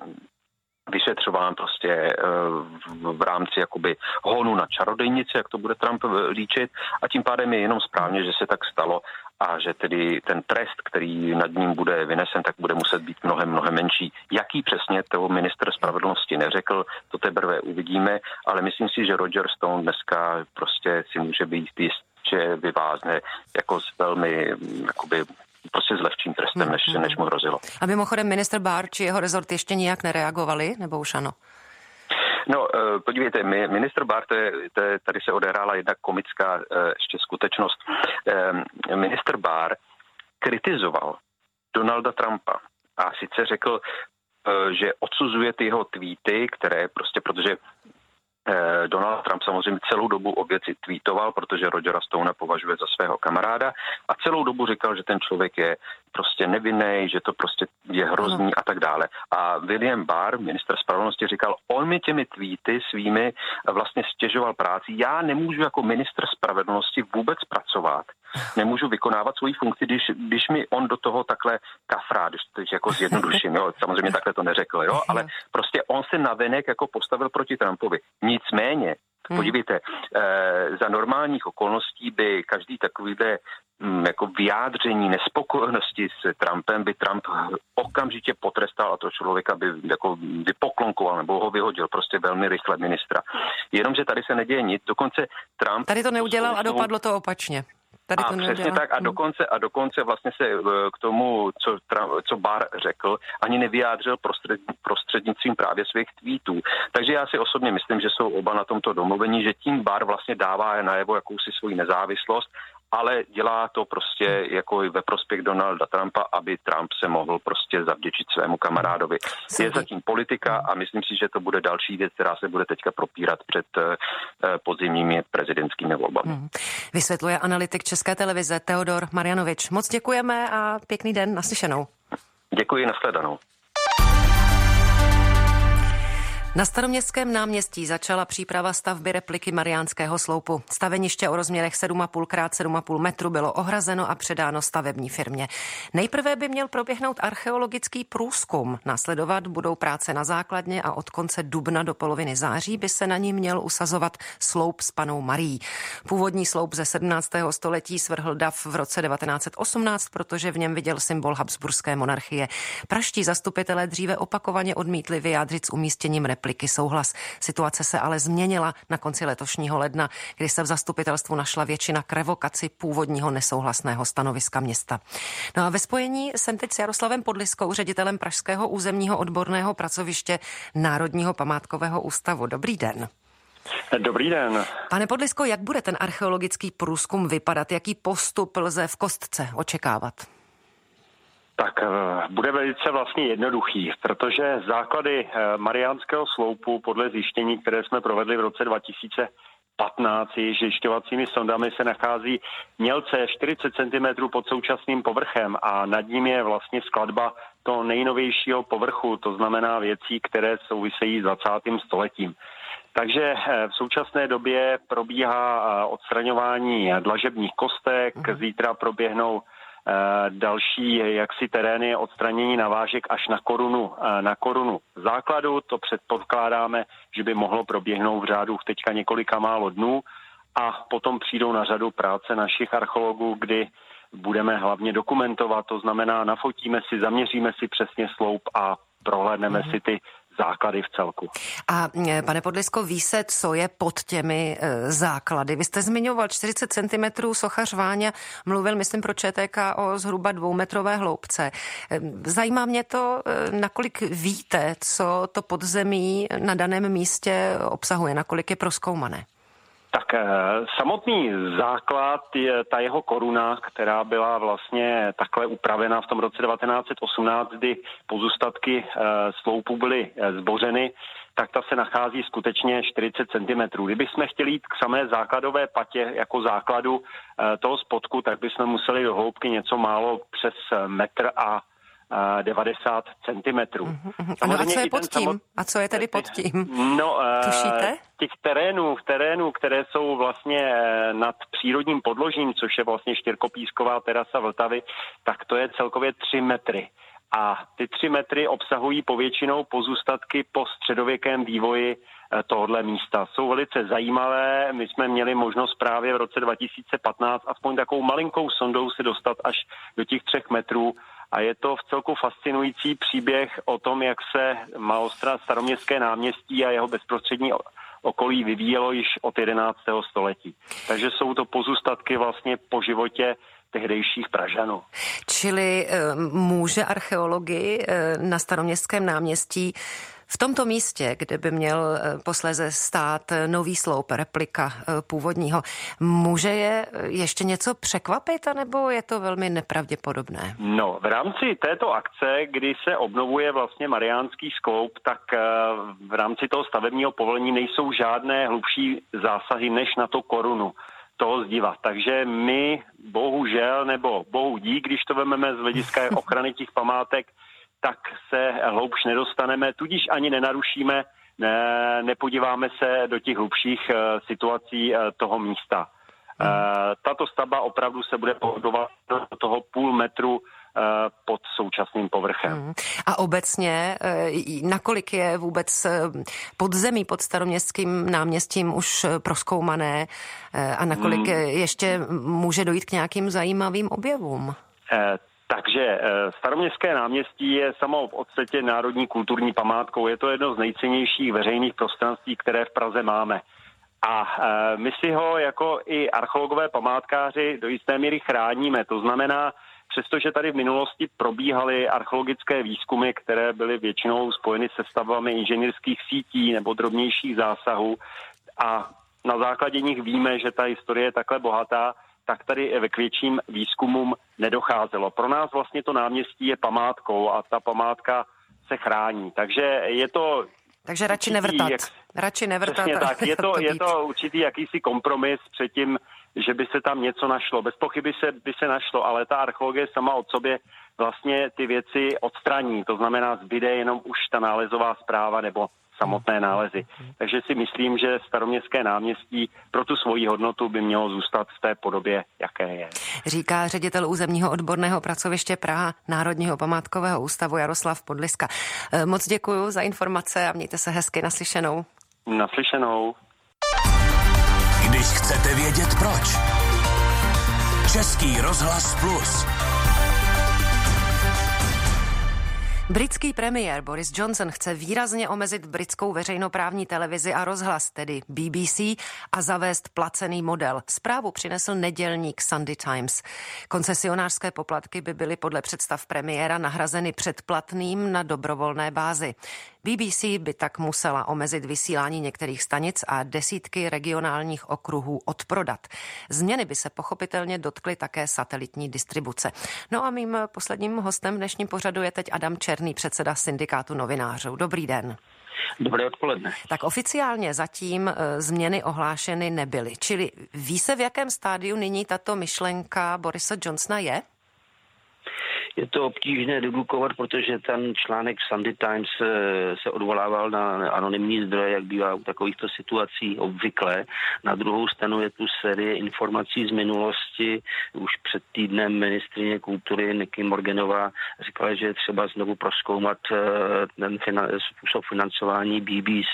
vyšetřován prostě v rámci jakoby honu na čarodejnici, jak to bude Trump líčit a tím pádem je jenom správně, že se tak stalo a že tedy ten trest, který nad ním bude vynesen, tak bude muset být mnohem menší. Jaký přesně toho ministr spravedlnosti neřekl, to teprve uvidíme, ale myslím si, že Roger Stone dneska prostě si může být jist, že vyvázne jako s velmi jakoby prostě s lehčím trestem, než mu hrozilo. A mimochodem ministr Barr či jeho rezort ještě nijak nereagovali, nebo už ano? No, podívejte, ministr Barr, tady se odehrála jedna komická ještě skutečnost. Ministr Barr kritizoval Donalda Trumpa a sice řekl, že odsuzuje ty jeho tweety, které prostě, protože Donald Trump samozřejmě celou dobu o věci tweetoval, protože Rogera Stonea považuje za svého kamaráda a celou dobu říkal, že ten člověk je prostě nevinný, že to prostě je hrozný a tak dále. A William Barr, ministr spravedlnosti, říkal, on mi těmi tweety svými vlastně stěžoval práci. Já nemůžu jako ministr spravedlnosti vůbec pracovat. Nemůžu vykonávat svoji funkci, když mi on do toho takhle kafrá, když to jako zjednoduším, jo, samozřejmě takhle to neřekl, jo, ale prostě on se navenek jako postavil proti Trumpovi. Nicméně, podívejte, za normálních okolností by každý takovýhle jako vyjádření nespokojenosti s Trumpem by Trump okamžitě potrestal a to člověka by jako vypoklonkoval nebo ho vyhodil prostě velmi rychle ministra. Jenomže tady se neděje nic, dokonce Trump... Tady to neudělal a dopadlo to opačně. A přesně tak a dokonce vlastně se k tomu, co Barr řekl, ani nevyjádřil prostřednictvím právě svých tweetů. Takže já si osobně myslím, že jsou oba na tomto domluvení, že tím Barr vlastně dává najevo jakousi svoji nezávislost, ale dělá to prostě jako ve prospěch Donalda Trumpa, aby Trump se mohl prostě zavděčit svému kamarádovi. Je zatím politika a myslím si, že to bude další věc, která se bude teďka propírat před podzimními prezidentskými volbami. Vysvětluje analytik České televize Teodor Marjanovič. Moc děkujeme a pěkný den, naslyšenou. Děkuji, nashledanou. Na Staroměstském náměstí začala příprava stavby repliky Mariánského sloupu. Staveniště o rozměrech 7,5x7,5 metru bylo ohrazeno a předáno stavební firmě. Nejprve by měl proběhnout archeologický průzkum. Následovat budou práce na základně a od konce dubna do poloviny září by se na ní měl usazovat sloup s Pannou Marií. Původní sloup ze 17. století svrhl dav v roce 1918, protože v něm viděl symbol habsburské monarchie. Pražští zastupitelé dříve opakovaně odmítli vyjádřit s umístěním repliky repliky souhlas. Situace se ale změnila na konci letošního ledna, kdy se v zastupitelstvu našla většina k revokaci původního nesouhlasného stanoviska města. No a ve spojení jsem teď s Jaroslavem Podliskou, ředitelem Pražského územního odborného pracoviště Národního památkového ústavu. Dobrý den. Dobrý den. Pane Podlisko, jak bude ten archeologický průzkum vypadat? Jaký postup lze v kostce očekávat? Tak bude velice vlastně jednoduchý, protože základy Mariánského sloupu podle zjištění, které jsme provedli v roce 2015 zjišťovacími sondami, se nachází mělce 40 cm pod současným povrchem a nad ním je vlastně skladba toho nejnovějšího povrchu, to znamená věcí, které souvisejí s 20. stoletím. Takže v současné době probíhá odstraňování dlažebních kostek, zítra proběhnou další terény odstranění navážek až na korunu základu. To předpokládáme, že by mohlo proběhnout v řádu teďka několika málo dnů a potom přijdou na řadu práce našich archeologů, kdy budeme hlavně dokumentovat, to znamená nafotíme si, zaměříme si přesně sloup a prohlédneme si ty základy v celku. A pane Podlisko, ví se, co je pod těmi základy? Vy jste zmiňoval 40 cm, sochař Váňa mluvil, myslím, pro ČTK o zhruba 2metrové hloubce. Zajímá mě to, nakolik víte, co to podzemí na daném místě obsahuje, nakolik je prozkoumané? Tak samotný základ je ta jeho koruna, která byla vlastně takhle upravena v tom roce 1918, kdy pozůstatky sloupů byly zbořeny, tak ta se nachází skutečně 40 cm. Kdybychom chtěli jít k samé základové patě jako základu toho spodku, tak bychom museli do hloubky něco málo přes 1,90 cm. Ano, a co je pod tím? A co je tedy pod tím? No, tušíte? Těch terénů, které jsou vlastně nad přírodním podložím, což je vlastně štěrkopísková terasa Vltavy, tak to je celkově 3 metry. A ty 3 metry obsahují povětšinou pozůstatky po středověkém vývoji tohohle místa. Jsou velice zajímavé. My jsme měli možnost právě v roce 2015 aspoň takovou malinkou sondou se dostat až do těch 3 metrů. A je to vcelku fascinující příběh o tom, jak se Malostra Staroměstské náměstí a jeho bezprostřední okolí vyvíjelo již od 11. století. Takže jsou to pozůstatky vlastně po životě tehdejších Pražanů. Čili může archeologii na Staroměstském náměstí v tomto místě, kde by měl posléze stát nový sloup, replika původního, může je ještě něco překvapit, anebo je to velmi nepravděpodobné? No, v rámci této akce, kdy se obnovuje vlastně Mariánský sloup, tak v rámci toho stavebního povolení nejsou žádné hlubší zásahy než na to korunu toho zdiva. Takže my bohužel, nebo bohu dík, když to vezmeme z hlediska ochrany těch památek, tak se hloubš nedostaneme, tudíž ani nenarušíme, nepodíváme se do těch hlubších situací toho místa. Tato stavba opravdu se bude pohybovat do toho 0,5 metru pod současným povrchem. A obecně, nakolik je vůbec podzemí pod Staroměstským náměstím už prozkoumané a nakolik ještě může dojít k nějakým zajímavým objevům? Takže Staroměstské náměstí je samo v podstatě národní kulturní památkou. Je to jedno z nejcennějších veřejných prostranství, které v Praze máme. A my si ho jako i archeologové památkáři do jisté míry chráníme. To znamená, přestože tady v minulosti probíhaly archeologické výzkumy, které byly většinou spojeny se stavbami inženýrských sítí nebo drobnějších zásahů a na základě nich víme, že ta historie je takhle bohatá, tak tady k větším výzkumům nedocházelo. Pro nás vlastně to náměstí je památkou a ta památka se chrání. Takže je to... Takže radši nevrtat. Radši nevrtat. Přesně tak. Je to určitý jakýsi kompromis před tím, že by se tam něco našlo. Bez pochyby by se našlo, ale ta archeologie sama od sobě vlastně ty věci odstraní. To znamená, zbyde jenom už ta nálezová zpráva nebo samotné nálezy. Takže si myslím, že Staroměstské náměstí pro tu svoji hodnotu by mělo zůstat v té podobě, jaké je. Říká ředitel územního odborného pracoviště Praha Národního památkového ústavu Jaroslav Podliska. Moc děkuju za informace a mějte se hezky, naslyšenou. Naslyšenou. Když chcete vědět proč. Český rozhlas Plus. Britský premiér Boris Johnson chce výrazně omezit britskou veřejnoprávní televizi a rozhlas, tedy BBC, a zavést placený model. Zprávu přinesl nedělník Sunday Times. Koncesionářské poplatky by byly podle představ premiéra nahrazeny předplatným na dobrovolné bázi. BBC by tak musela omezit vysílání některých stanic a desítky regionálních okruhů odprodat. Změny by se pochopitelně dotkly také satelitní distribuce. No a mým posledním hostem v dnešním pořadu je teď Adam Černý, předseda syndikátu novinářů. Dobrý den. Dobré odpoledne. Tak oficiálně zatím změny ohlášeny nebyly. Čili ví se, v jakém stádiu nyní tato myšlenka Borise Johnsona je? Je to obtížné dedukovat, protože ten článek v Sunday Times se odvolával na anonymní zdroje, jak bývá u takovýchto situací obvykle. Na druhou stranu je tu série informací z minulosti. Už před týdnem ministryně kultury Nicky Morganová říkala, že je třeba znovu prozkoumat ten způsob financování BBC,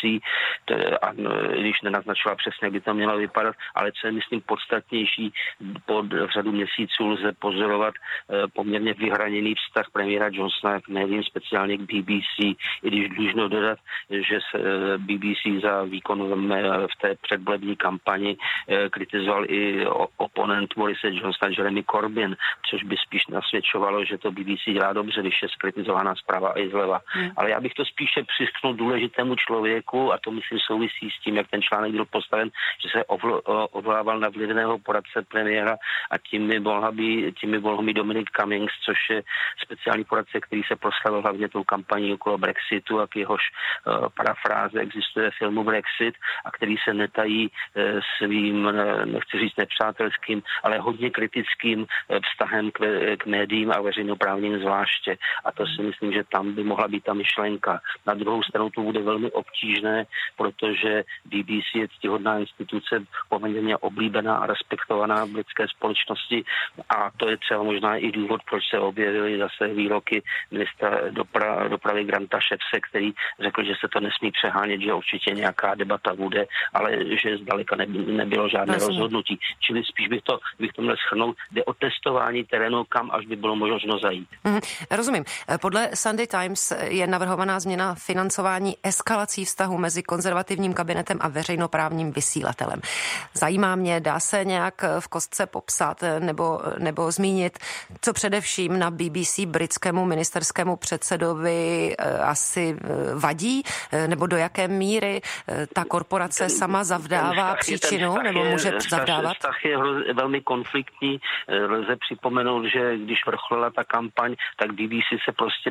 když nenaznačila přesně, jak by to mělo vypadat, ale co je, myslím, podstatnější, po řadu měsíců lze pozorovat poměrně vyhraněný vztah premiéra Johnsona k médiím, speciálně k BBC, i když dlužno dodat, že se BBC za výkon v té předvolební kampani kritizoval i oponent Borise Johnsona, Jeremy Corbyn, což by spíš nasvědčovalo, že to BBC dělá dobře, když je skritizovaná zprava i zleva. Ale já bych to spíše přisknul důležitému člověku, a to myslím souvisí s tím, jak ten článek byl postaven, že se odvolával na vlivného poradce premiéra a tím by mohl být Dominic Cummings, což je speciální poradce, který se proslavil hlavně tou kampaní okolo Brexitu a k jehož parafráze existuje filmu Brexit a který se netají svým, nechci říct nepřátelským, ale hodně kritickým vztahem k médiím a veřejnoprávním zvláště. A to si myslím, že tam by mohla být ta myšlenka. Na druhou stranu to bude velmi obtížné, protože BBC je ctihodná instituce, poměrně oblíbená a respektovaná v britské společnosti a to je třeba možná i důvod, proč se objevily zase výroky ministra dopravy Granta Shappse, který řekl, že se to nesmí přehánět, že určitě nějaká debata bude, ale že zdaleka nebylo žádné rozhodnutí. Čili spíš bych to měl shrnout, jde o testování terénu, kam až by bylo možno zajít. Rozumím. Podle Sunday Times je navrhovaná změna financování eskalací vztahu mezi konzervativním kabinetem a veřejnoprávním vysílatelem. Zajímá mě, dá se nějak v kostce popsat nebo zmínit, co především na BBC britskému ministerskému předsedovi asi vadí, nebo do jaké míry ta korporace sama zavdává příčinu, nebo může zavdávat? Vztah je velmi konfliktní. Lze připomenout, že když vrcholila ta kampaň, tak BBC se prostě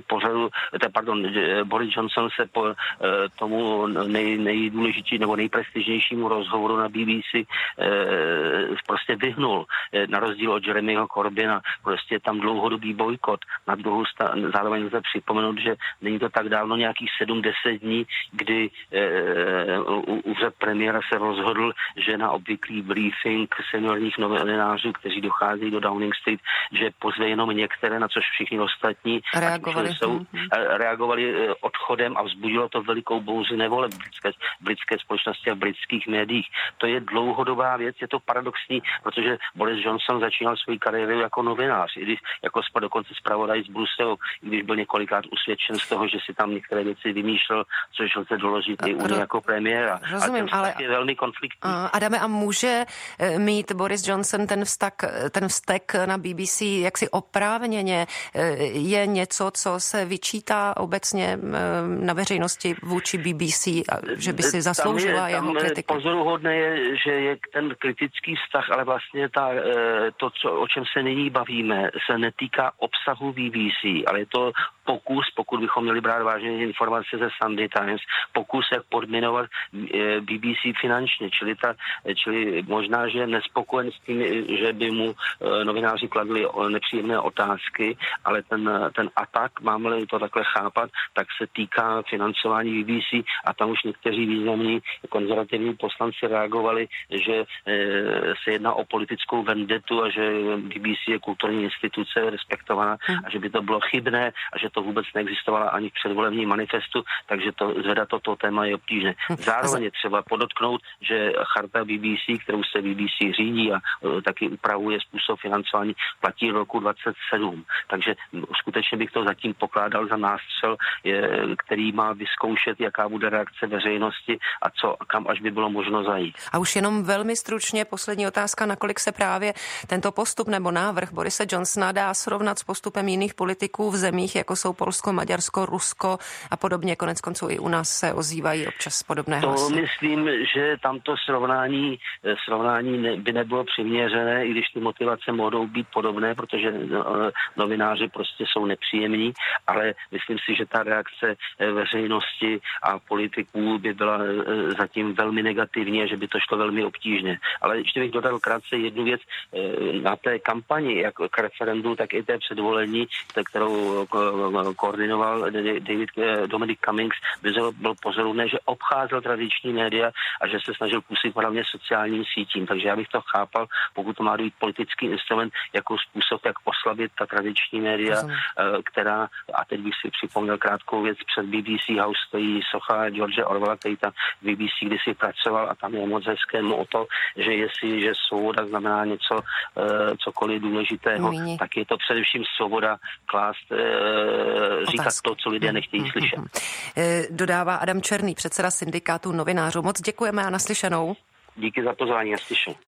Boris Johnson se po tomu nejdůležitějšímu nebo nejprestižnějšímu rozhovoru na BBC prostě vyhnul. Na rozdíl od Jeremyho Corbyna, prostě tam dlouhodobý bojkot. Na druhou stranu zároveň lze připomenout, že není to tak dávno, nějakých 7-10 dní, kdy úřad premiéra se rozhodl, že na obvyklý briefing seniorních novinářů, kteří docházejí do Downing Street, že pozve jenom některé, na což všichni ostatní reagovali odchodem a vzbudilo to velikou bouři nevole v britské společnosti a v britských médiích. To je dlouhodobá věc, je to paradoxní, protože Boris Johnson začínal svou kariéru jako novinář, i když jako dokonce zpravodaj z Bruselu, i když byl několikrát usvědčen z toho, že si tam některé věci vymýšlel, což lze doložit i u něj jako premiéra. Rozumím, ale je velmi konfliktní. Adame, a může mít Boris Johnson ten vztek na BBC jaksi oprávněně? Je něco, co se vyčítá obecně na veřejnosti vůči BBC, že by si zasloužila jeho kritiku? Pozoruhodné je, že je ten kritický vztah, ale vlastně o čem se nyní bavíme, se netýká obsahu BBC, ale je to pokus, pokud bychom měli brát vážně informace ze Sunday Times, pokus, jak podminovat BBC finančně, čili možná, že je nespokojen s tím, že by mu novináři kladli nepříjemné otázky, ale ten atak, máme-li to takhle chápat, tak se týká financování BBC a tam už někteří významní konzervativní poslanci reagovali, že se jedná o politickou vendetu a že BBC je kulturní instituce respektovaná a že by to bylo chybné a že to vůbec neexistovalo ani v předvolebním manifestu, takže zvedat toto téma je obtížné. Zároveň je třeba podotknout, že charta BBC, kterou se BBC řídí a taky upravuje způsob financování, platí roku 27. Takže skutečně bych to zatím pokládal za nástřel, který má vyzkoušet, jaká bude reakce veřejnosti a kam až by bylo možno zajít. A už jenom velmi stručně poslední otázka, nakolik se právě tento postup nebo návrh Borise Johnsona dá srovnat s postupem jiných politiků v zemích, jako jsou Polsko, Maďarsko, Rusko a podobně. Koneckonců i u nás se ozývají občas podobné hlasy. To myslím, že tamto srovnání by nebylo přiměřené, i když ty motivace mohou být podobné, protože novináři prostě jsou nepříjemní, ale myslím si, že ta reakce veřejnosti a politiků by byla zatím velmi negativní a že by to šlo velmi obtížně. Ale ještě bych dodal krátce jednu věc. Na té kampani, jak k referendu, tak i té předvolení, kterou koordinoval Dominic Cummings, byl pozoruhodné, že obcházel tradiční média a že se snažil působit hlavně sociálním sítím. Takže já bych to chápal, pokud to má být politický instrument, jako způsob, jak oslabit ta tradiční média, která, a teď bych si připomněl krátkou věc, před BBC House stojí socha George Orwella, který tam BBC kdysi pracoval a tam je moc hezké motto, že jestliže svoboda znamená něco, cokoliv důležitého, tak je to především svoboda klást, říkat to, co lidé nechtějí slyšet. Dodává Adam Černý, předseda syndikátu novinářů. Moc děkujeme a naslyšenou. Díky za pozvání, naslyšenou.